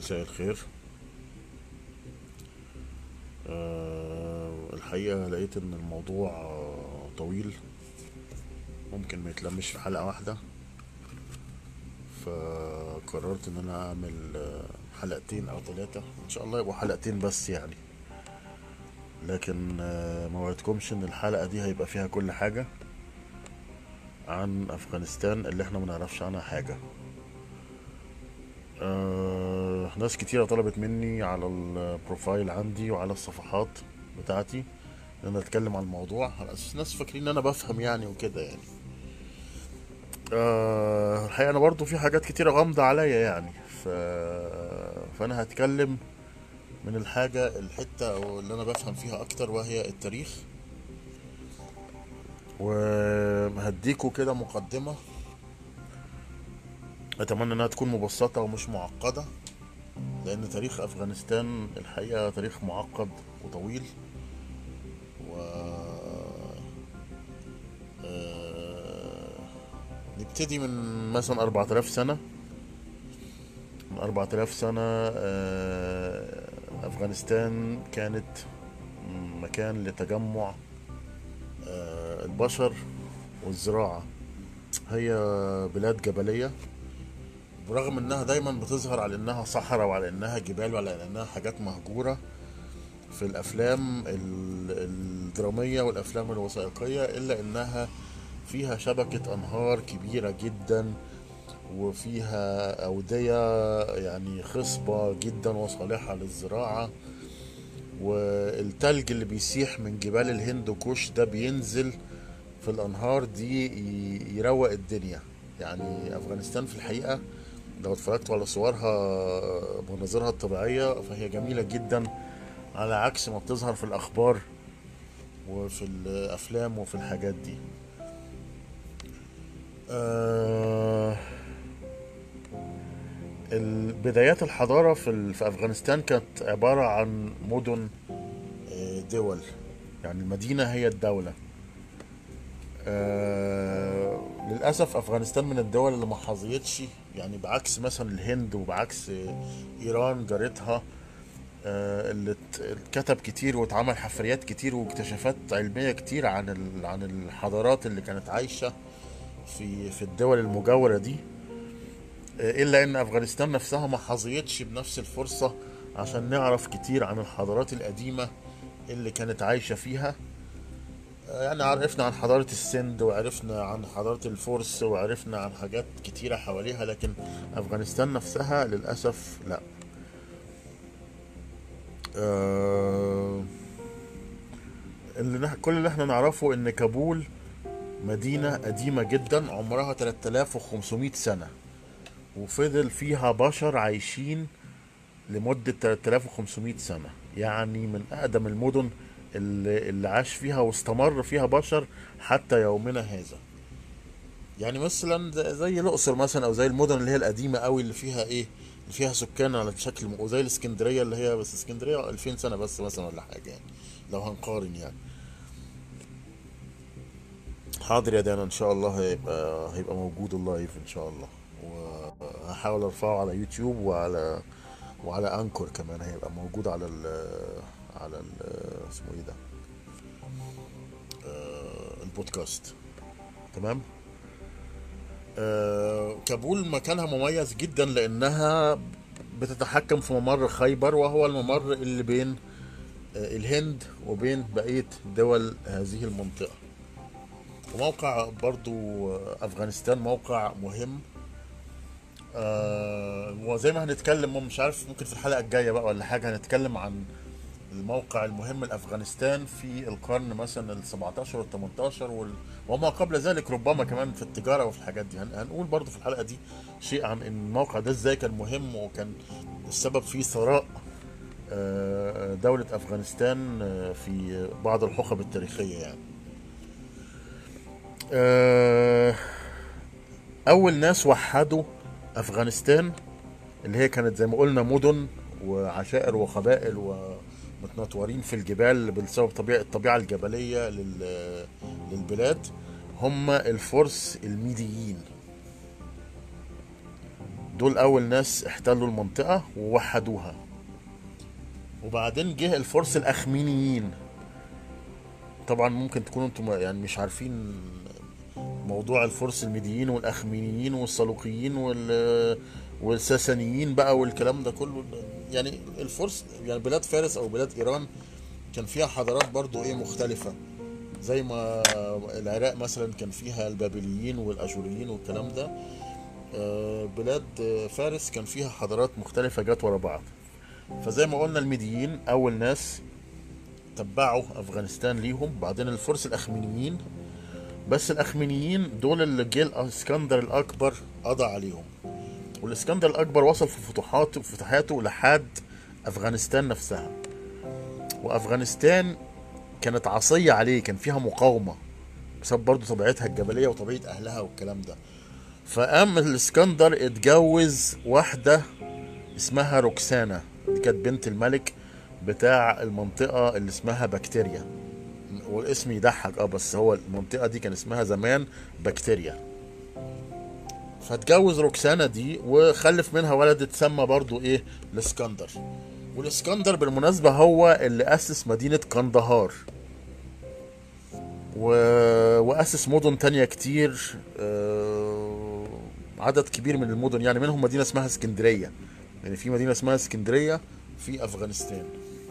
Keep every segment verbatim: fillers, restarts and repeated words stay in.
مساء الخير. أه الحقيقة لقيت إن الموضوع آه، طويل، ممكن ما يتلمش في حلقة واحدة، فقررت إن أنا أعمل آه، حلقتين أو ثلاثة، إن شاء الله يبقوا حلقتين بس يعني. لكن آه، ما وعدتكمش إن الحلقة دي هيبقى فيها كل حاجة عن أفغانستان اللي إحنا ما نعرفش عنها حاجة. أه ناس كتيرة طلبت مني على البروفايل عندي وعلى الصفحات بتاعتي ان انا اتكلم عن الموضوع، على اساس ناس فاكرين ان انا بفهم يعني وكده يعني. آه الحقيقة أنا برضو في حاجات كتيرة غامضة عليا يعني. ف... فأنا هتكلم من الحاجة الحتة أو اللي أنا بفهم فيها أكتر، وهي التاريخ. وهديكوا كده مقدمة أتمنى إنها تكون مبسطة ومش معقدة، لأن تاريخ أفغانستان الحقيقة تاريخ معقد وطويل. و آه، نبتدي من مثلا أربعة آلاف سنة. من أربعة آلاف سنة آه، أفغانستان كانت مكان لتجمع آه، البشر والزراعة. هي بلاد جبلية، برغم انها دايما بتظهر على انها صحراء وعلى انها جبال وعلى انها حاجات مهجورة في الافلام ال- الدرامية والافلام الوثائقية، الا انها فيها شبكة انهار كبيرة جدا، وفيها اودية يعني خصبة جدا وصالحة للزراعة. والتلج اللي بيسيح من جبال الهند وكوش ده بينزل في الانهار دي ي- يروق الدنيا. يعني افغانستان في الحقيقه لو اتفرجت على صورها بمناظرها الطبيعيه فهي جميله جدا، على عكس ما بتظهر في الاخبار وفي الافلام وفي الحاجات دي. آه بدايات الحضاره في ال- في افغانستان كانت عباره عن مدن، آه، دول. يعني المدينه هي الدوله. آه للأسف أفغانستان من الدول اللي ما حظيتش، يعني بعكس مثلا الهند وبعكس إيران جارتها، آه اللي ات- اتكتب كتير واتعمل حفريات كتير واكتشافات علمية كتير عن ال- عن الحضارات اللي كانت عايشة في في الدول المجاورة دي. آه إلا إن أفغانستان نفسها ما حظيتش بنفس الفرصة عشان نعرف كتير عن الحضارات القديمة اللي كانت عايشة فيها. يعني عرفنا عن حضارة السند وعرفنا عن حضارة الفرس وعرفنا عن حاجات كتيرة حواليها، لكن أفغانستان نفسها للأسف لا. آه اللي نح- كل اللي احنا نعرفه ان كابول مدينة قديمة جدا عمرها ثلاثة آلاف وخمسمائة سنة، وفضل فيها بشر عايشين لمدة ثلاثة آلاف وخمسمائة سنة. يعني من أقدم المدن اللي, اللي عاش فيها واستمر فيها بشر حتى يومنا هذا. يعني مثلا زي زي الاقصر مثلا، او زي المدن اللي هي القديمه قوي اللي فيها ايه، اللي فيها سكان على شكل م... وزي الاسكندريه اللي هي، بس اسكندريه ألفين سنه بس مثلا ولا حاجه يعني، لو هنقارن يعني. حاضر يا دانا، ان شاء الله هيبقى هيبقى موجود اللايف ان شاء الله. وهحاول ارفعه على يوتيوب وعلى وعلى انكور كمان، هيبقى موجود على ال على ال اسمه ايه ده، البودكاست. تمام. آه، كابول مكانها مميز جدا لانها بتتحكم في ممر خيبر، وهو الممر اللي بين آه، الهند وبين بقية دول هذه المنطقة. وموقع برضو آه، أفغانستان موقع مهم. آه، وزي ما هنتكلم مش عارف، ممكن في الحلقة الجاية بقى ولا حاجة هنتكلم عن الموقع المهم لأفغانستان في القرن مثلا ال سبعتاشر وال تمنتاشر وال... وما قبل ذلك، ربما كمان في التجارة وفي الحاجات دي. هن... هنقول برضو في الحلقة دي شيء عن ان الموقع ده ازاي كان مهم وكان السبب في ثراء آه، دولة أفغانستان آه، في بعض الحقب التاريخية يعني. آه، أول ناس وحدوا أفغانستان، اللي هي كانت زي ما قلنا مدن وعشائر وقبائل ومتنطورين في الجبال بسبب طبيعة الطبيعة الجبلية لل- للبلاد، هم الفرس الميديين. دول اول ناس احتلوا المنطقة ووحدوها. وبعدين جه الفرس الاخمينيين. طبعا ممكن تكونوا انتم يعني مش عارفين موضوع الفرس الميديين والاخمينيين والصلوقيين وال والساسانيين بقى والكلام ده كله. يعني الفرس، يعني بلاد فارس او بلاد ايران كان فيها حضارات برضو ايه مختلفة. زي ما العراق مثلا كان فيها البابليين والاشوريين والكلام ده. آه، بلاد فارس كان فيها حضارات مختلفة جت ورا بعض. فزي ما قلنا الميديين اول ناس تبعوا افغانستان ليهم، بعدين الفرس الاخمينيين. بس الاخمينيين دول اللي جه الاسكندر الاكبر قضى عليهم. والاسكندر الاكبر وصل في فتوحاته في فتوحاته لحد افغانستان نفسها. وافغانستان كانت عصية عليه، كان فيها مقاومة بسبب برضه طبيعتها الجبلية وطبيعة اهلها والكلام ده. فقام الاسكندر اتجوز واحدة اسمها روكسانا، دي كانت بنت الملك بتاع المنطقة اللي اسمها بكتيريا. والاسم يضحك اه بس هو المنطقة دي كان اسمها زمان بكتيريا. فاتجوز روكسانا دي وخلف منها ولد اتسمى برضو ايه الاسكندر. والاسكندر بالمناسبة هو اللي أسس مدينة قندهار و... وأسس مدن تانية كتير. آه، عدد كبير من المدن، يعني منهم مدينة اسمها اسكندرية. يعني في مدينة اسمها اسكندرية في أفغانستان.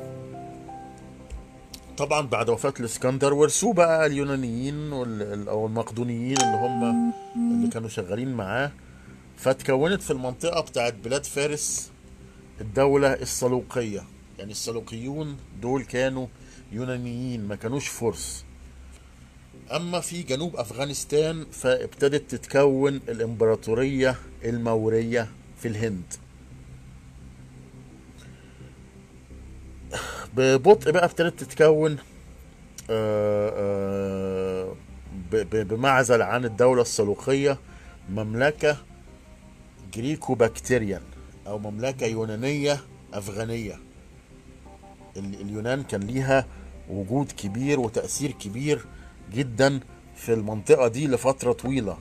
طبعا بعد وفاة الاسكندر ورثوه بقى اليونانيين وال... او المقدونيين اللي هم اللي كانوا شغالين معاه. فاتكونت في المنطقة بتاعت بلاد فارس الدولة السلوقية. يعني السلوقيون دول كانوا يونانيين، ما كانوش فرس. اما في جنوب افغانستان فابتدت تتكون الامبراطورية المورية في الهند. ببطء بقى ابتدت تتكون، آه، آه، ب- ب- بمعزل عن الدولة السلوقية، مملكة جريكو بكتيريان أو مملكة يونانية أفغانية. ال- اليونان كان ليها وجود كبير وتأثير كبير جدا في المنطقة دي لفترة طويلة.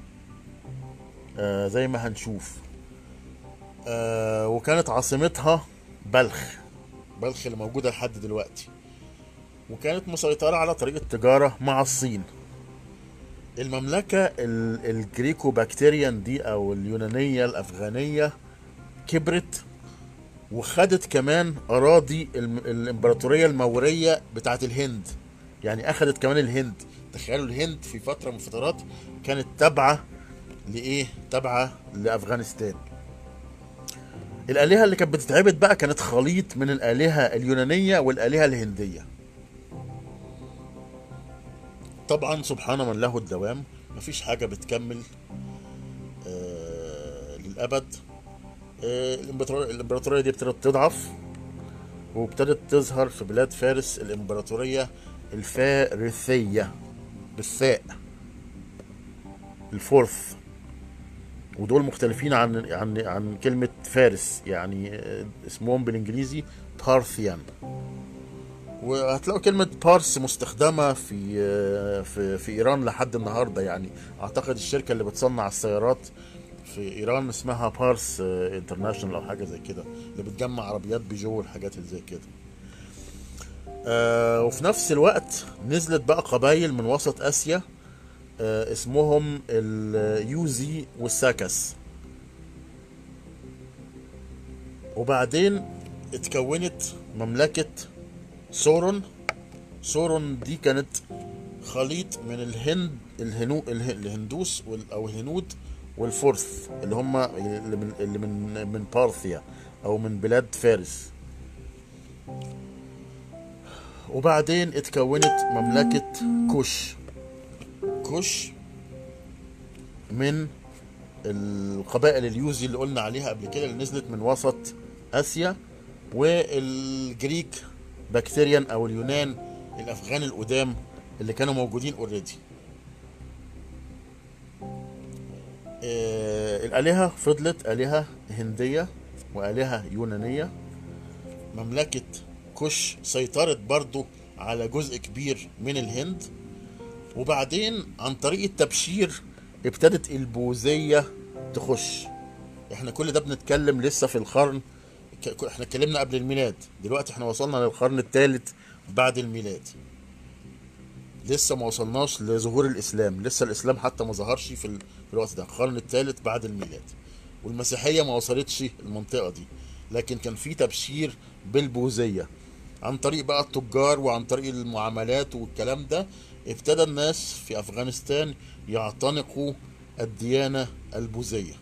آه، زي ما هنشوف. آه، وكانت عاصمتها بلخ. بلخ اللي موجودة لحد دلوقتي. وكانت مسيطرة على طريق التجارة مع الصين. المملكة ال- الجريكو بكتيريان دي او اليونانية الافغانية كبرت وخدت كمان اراضي الم- الامبراطورية المورية بتاعت الهند. يعني اخدت كمان الهند. تخيلوا الهند في فترة من الفترات كانت تابعة لايه؟ تابعة لافغانستان. الالهة اللي كانت بتتعبد بقى كانت خليط من الالهة اليونانية والالهة الهندية. طبعا سبحان من له الدوام، مفيش حاجة بتكمل آه للأبد. آه، الامبراطورية الامبراطورية دي ابتدت تضعف وابتدت تظهر في بلاد فارس الامبراطورية الفارسية بالثاء، الفورث. ودول مختلفين عن عن عن كلمة فارس، يعني آه، اسمهم بالانجليزي بارثيان. وهتلاقوا كلمة بارس مستخدمة في آه، في في ايران لحد النهارده. يعني اعتقد الشركة اللي بتصنع السيارات في ايران اسمها بارس انترناشونال او حاجة زي كده، اللي بتجمع عربيات بيجو والحاجات اللي زي كده. آه، وفي نفس الوقت نزلت بقى قبائل من وسط اسيا، آه، اسمهم اليوزي والساكس. وبعدين اتكونت مملكة سورون. سورون دي كانت خليط من الهند الهنو اله- الهندوس وال- او الهنود والفرس اللي هم اللي من اللي من من بارثيا او من بلاد فارس. وبعدين اتكونت مملكة كوش. كوش من القبائل اليوزي اللي قلنا عليها قبل كده، اللي نزلت من وسط اسيا. والجريك بكتيريان او اليونان الافغان القدام اللي كانوا موجودين اوريدي. آه، الالهه فضلت الهه هنديه والهه يونانيه. مملكه كوش سيطرت برضو على جزء كبير من الهند. وبعدين عن طريق التبشير ابتدت البوذيه تخش. احنا كل ده بنتكلم لسه في القرن، ك- احنا اتكلمنا قبل الميلاد، دلوقتي احنا وصلنا للقرن الثالث بعد الميلاد. لسه ما وصلناش لظهور الاسلام، لسه الاسلام حتى ما ظهرش في, ال... في الوقت ده، القرن الثالث بعد الميلاد. والمسيحيه ما وصلتش المنطقه دي، لكن كان في تبشير بالبوذيه عن طريق بقى التجار وعن طريق المعاملات والكلام ده. ابتدى الناس في افغانستان يعتنقوا الديانه البوذيه.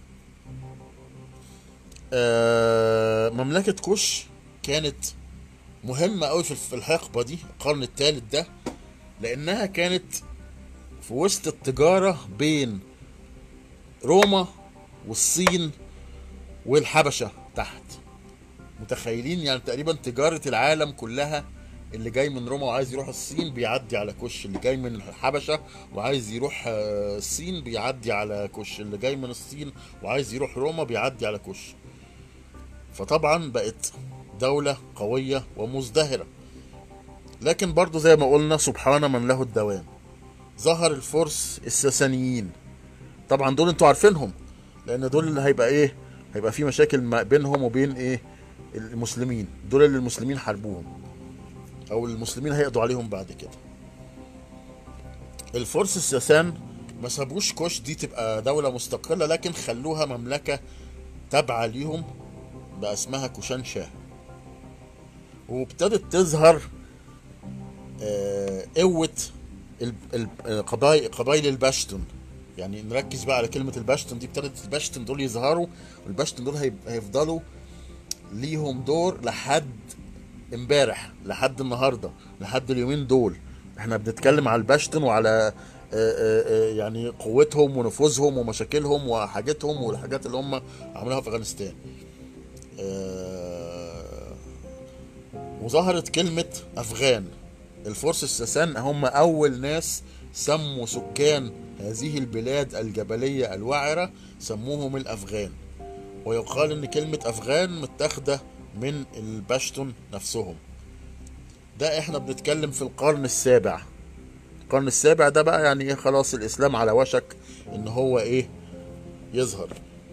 آه مملكه كوش كانت مهمه قوي في في الحقبه دي، القرن الثالث ده، لانها كانت في وسط التجارة بين روما والصين والحبشة تحت. متخيلين يعني تقريبا تجارة العالم كلها، اللي جاي من روما وعايز يروح الصين بيعدي على كوش، اللي جاي من الحبشة وعايز يروح آه، الصين بيعدي على كوش، اللي جاي من الصين وعايز يروح روما بيعدي على كوش. فطبعا بقت دولة قوية ومزدهرة. لكن برضو زي ما قلنا سبحان من له الدوام، ظهر الفرس الساسانيين. طبعا دول انتوا عارفينهم، لان دول اللي هيبقى ايه، هيبقى في مشاكل ما بينهم وبين ايه، المسلمين. دول اللي المسلمين حاربوهم، او المسلمين هيقضوا عليهم بعد كده. الفرس الساسان ما سابوش كوش دي تبقى دولة مستقلة، لكن خلوها مملكة تابعة ليهم، بقى اسمها كوشان شاه. وابتدت تظهر آه، قوة ال- ال- قبائل قبائل الباشتون. يعني نركز بقى على كلمة الباشتون دي، ابتدت الباشتون دول يظهروا، والباشتون دول هيب- هيفضلوا ليهم دور لحد امبارح، لحد النهارده، لحد اليومين دول. احنا بنتكلم على الباشتون وعلى آه، آه، آه، يعني قوتهم ونفوذهم ومشاكلهم وحاجاتهم والحاجات اللي هم عملوها في افغانستان. آه، وظهرت كلمة أفغان. الفرس الساسان هم أول ناس سموا سكان هذه البلاد الجبلية الوعرة، سموهم الأفغان. ويقال إن كلمة أفغان متاخدة من الباشتون نفسهم. ده احنا بنتكلم في القرن السابع. القرن السابع ده بقى يعني ايه، خلاص الإسلام على وشك إن هو ايه، يظهر.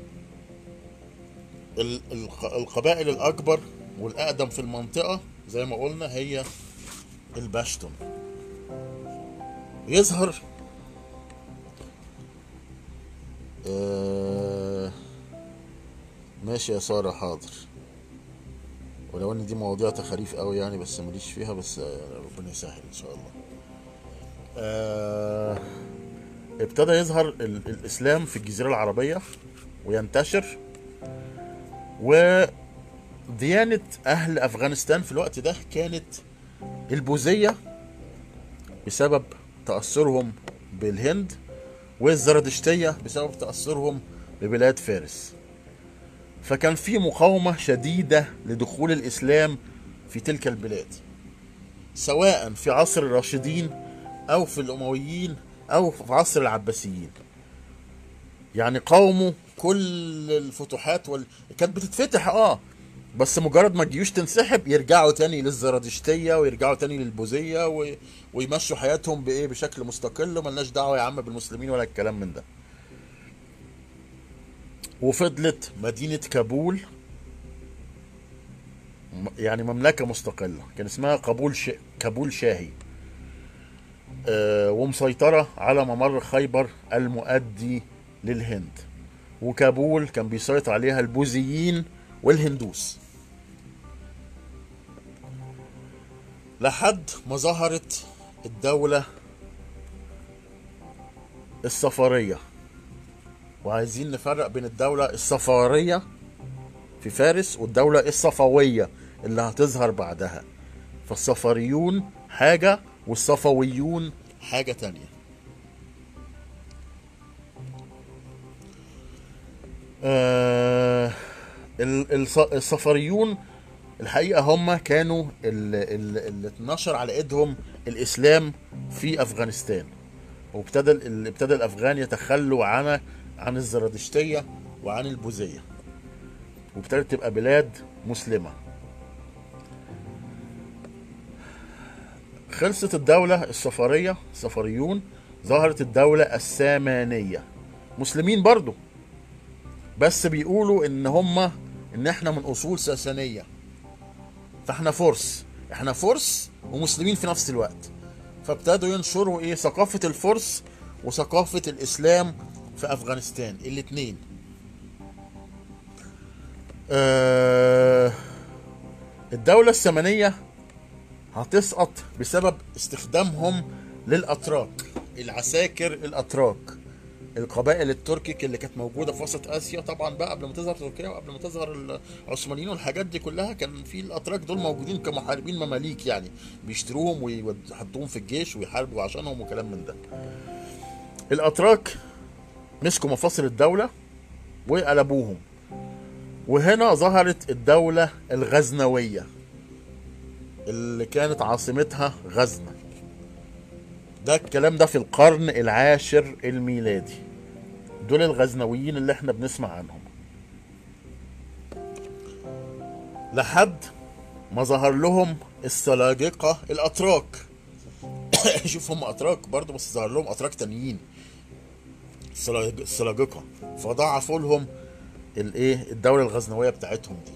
ال- الق- القبائل الأكبر والأقدم في المنطقة زي ما قلنا هي الباشتون. يظهر آه ماشي يا سارة، حاضر. ولو ان دي مواضيع تخاريف قوي يعني، بس ماليش فيها، بس آه ربنا يسهل ان شاء الله. آه ابتدى يظهر ال الاسلام في الجزيرة العربية وينتشر. وديانة اهل افغانستان في الوقت ده كانت البوذية بسبب تأثرهم بالهند، والزردشتية بسبب تأثرهم ببلاد فارس. فكان في مقاومة شديدة لدخول الإسلام في تلك البلاد، سواء في عصر الراشدين أو في الأمويين أو في عصر العباسيين. يعني قاوموا كل الفتوحات وال... كانت بتتفتح اه بس مجرد ما الجيوش تنسحب يرجعوا تاني للزرادشتية ويرجعوا تاني للبوذية و... ويمشوا حياتهم بإيه، بشكل مستقل، وملناش دعوة يا عم بالمسلمين ولا الكلام من ده. وفضلت مدينة كابول يعني مملكة مستقلة، كان اسمها قبول ش... كابول شاهي. آه ومسيطرة على ممر خيبر المؤدي للهند. وكابول كان بيسيطر عليها البوذيين والهندوس، لحد ما ظهرت الدولة الصفارية. وعايزين نفرق بين الدولة الصفارية في فارس والدولة الصفوية اللي هتظهر بعدها. فالصفاريون حاجة والصفويون حاجة تانية. آه ال- الص- الصفاريون الحقيقة هم كانوا ال- ال- اللي اتنشر على ايدهم الاسلام في افغانستان. وابتدى ال- ابتدى الافغان يتخلوا عن عن الزرادشتية وعن البوذية، وابتدت تبقى بلاد مسلمة. خلصت الدولة الصفارية، الصفاريون، ظهرت الدولة السامانية، مسلمين برضو، بس بيقولوا ان هم ان احنا من اصول ساسانية، فاحنا فرس، احنا فرس ومسلمين في نفس الوقت. فابتدوا ينشروا ايه ثقافة الفرس وثقافة الاسلام في افغانستان الاتنين. آه الدولة السامانية هتسقط بسبب استخدامهم للاتراك، العساكر الاتراك، القبائل التركيك اللي كانت موجوده في وسط اسيا. طبعا بقى قبل ما تظهر تركيا وقبل ما تظهر العثمانيين والحاجات دي كلها، كان في الاتراك دول موجودين كمحاربين مماليك، يعني بيشتروهم ويحطوهم في الجيش ويحاربوا عشانهم وكلام من ده. الاتراك مسكوا مفاصل الدوله وقلبوهم، وهنا ظهرت الدوله الغزنويه اللي كانت عاصمتها غزنة. ده الكلام ده في القرن العاشر الميلادي. دول الغزنويين اللي احنا بنسمع عنهم، لحد ما ظهر لهم السلاجقة الأتراك. شوف هم أتراك برضو، بس ظهر لهم أتراك تانيين السلاجقة، فضاعفوا لهم الايه الدولة الغزنوية بتاعتهم دي.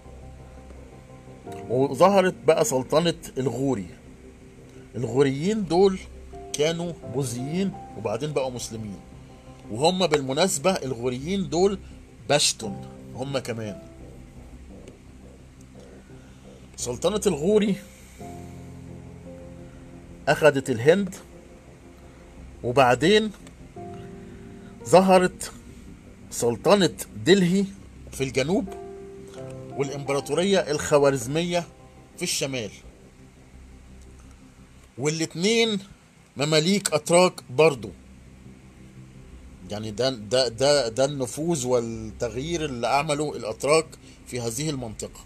وظهرت بقى سلطنة الغوري. الغوريين دول كانوا بوذيين وبعدين بقوا مسلمين، وهم بالمناسبة الغوريين دول بشتون هم كمان. سلطنة الغوري أخذت الهند، وبعدين ظهرت سلطنة دلهي في الجنوب، والإمبراطورية الخوارزمية في الشمال، والاتنين مماليك أتراك برضو. يعني ده ده ده ده النفوذ والتغيير اللي عمله الأتراك في هذه المنطقة.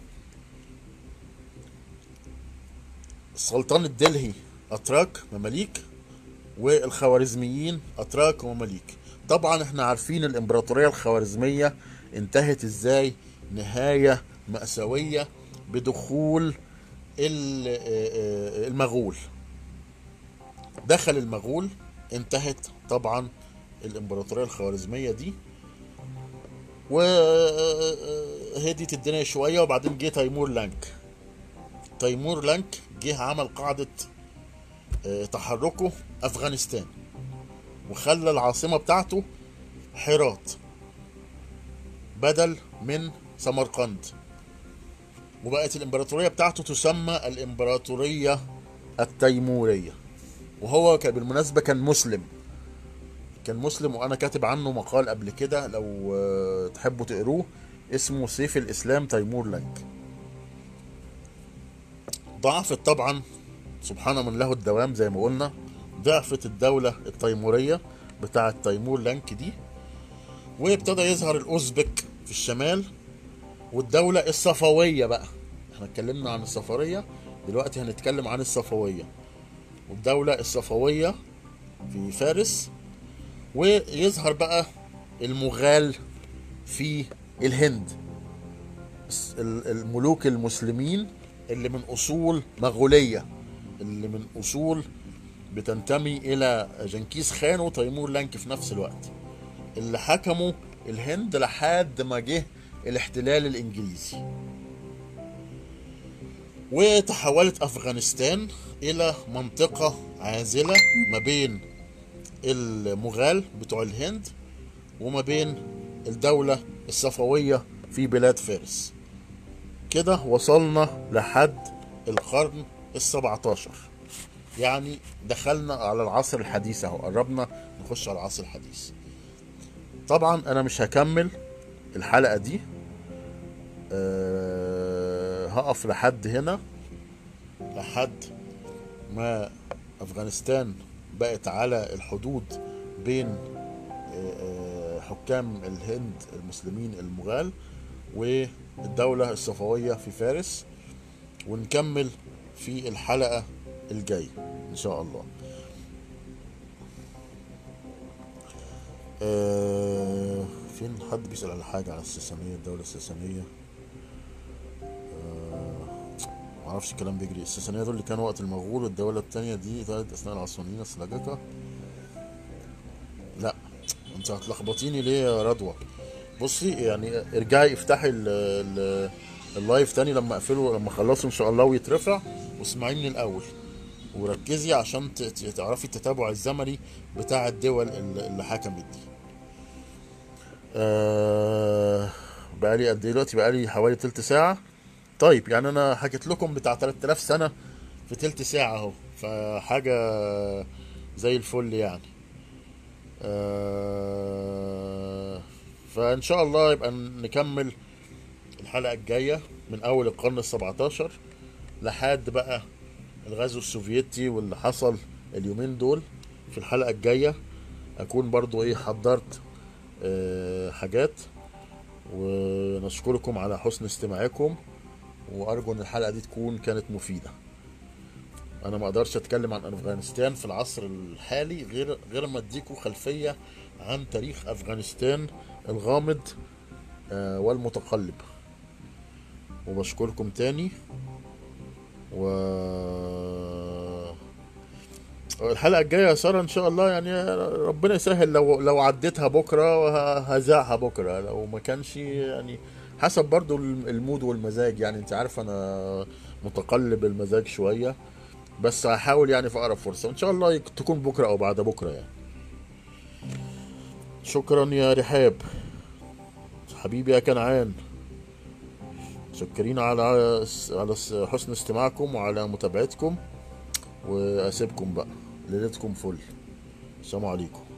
سلطنة دلهي أتراك مماليك، والخوارزميين أتراك ومماليك. طبعا احنا عارفين الإمبراطورية الخوارزمية انتهت ازاي، نهاية مأساوية بدخول المغول. دخل المغول، انتهت طبعا الإمبراطورية الخوارزمية دي، وهديت الدنيا شوية. وبعدين جه تيمور لانك. تيمور لانك جه عمل قاعدة تحركه أفغانستان، وخلى العاصمة بتاعته حرات بدل من سمرقند، وبقت الإمبراطورية بتاعته تسمى الإمبراطورية التيمورية. وهو كان بالمناسبة كان مسلم، كان مسلم، وأنا كاتب عنه مقال قبل كده لو تحبوا تقروه، اسمه سيف الإسلام تيمور لانك. ضعفت طبعا، سبحان من له الدوام زي ما قلنا، ضعفت الدولة التيمورية بتاعة تيمور لانك دي، وابتدى يظهر الأوزبك في الشمال، والدولة الصفوية بقى. احنا اتكلمنا عن الصفرية، دلوقتي هنتكلم عن الصفوية. والدولة الصفوية في فارس، ويظهر بقى المغال في الهند، الملوك المسلمين اللي من أصول مغولية، اللي من أصول بتنتمي إلى جنكيز خان وتيمور لانك في نفس الوقت، اللي حكموا الهند لحد ما جه الاحتلال الإنجليزي. وتحولت أفغانستان إلى منطقة عازلة ما بين المغال بتوع الهند وما بين الدولة الصفوية في بلاد فارس. كده وصلنا لحد القرن السبعتاشر، يعني دخلنا على العصر الحديث اهو، قربنا نخش على العصر الحديث. طبعا انا مش هكمل الحلقة دي، أه هقف لحد هنا، لحد ما افغانستان بقت على الحدود بين حكام الهند المسلمين المغال والدولة الصفوية في فارس. ونكمل في الحلقة الجاية ان شاء الله. أه فين حد بيسأل على حاجة على الساسانية، الدولة الساسانية؟ أه معرفش الكلام بيجري. الساسانية دول اللي كانوا وقت المغول، والدولة التانية دي ثالث اثناء العثمانيين السلاجقة. لا انت هتلخبطيني ليه يا رضوى؟ بصي يعني ارجعي افتحي ال ال اللايف تاني لما اقفله، لما اخلصه ان شاء الله ويترفع، واسمعيه من الاول، وركزي عشان ت- ت- تعرفي التتابع الزمني بتاع الدول اللي اللي حكمت دي. أه بقالي قد ايه دلوقتي؟ بقالي حوالي تلت ساعة. طيب يعني انا حكيت لكم بتاع تلات آلاف سنة في تلت ساعة اهو، فحاجة زي الفل يعني. أه فان شاء الله يبقى نكمل الحلقة الجاية من اول القرن السبعتاشر لحد بقى الغزو السوفيتي واللي حصل اليومين دول. في الحلقة الجاية اكون برضو ايه حضرت أه حاجات. ونشكركم على حسن استماعكم، وارجو ان الحلقة دي تكون كانت مفيدة. انا ما اقدرش اتكلم عن افغانستان في العصر الحالي غير غير ما اديكم خلفية عن تاريخ افغانستان الغامض آه، والمتقلب. وبشكركم تاني. و الحلقة الجاية يا سارة ان شاء الله يعني ربنا يسهل، لو لو عديتها بكرة هذاعها بكرة، لو ما كانش يعني حسب برضو المود والمزاج. يعني انت عارف انا متقلب المزاج شوية، بس هحاول يعني في اقرب فرصة وان شاء الله يك- تكون بكرة او بعد بكرة يعني. شكرا يا رحاب. حبيبي يا كنعان. شكرين على على حسن استماعكم وعلى متابعتكم، واسيبكم بقى ليلتكم فل. السلام عليكم.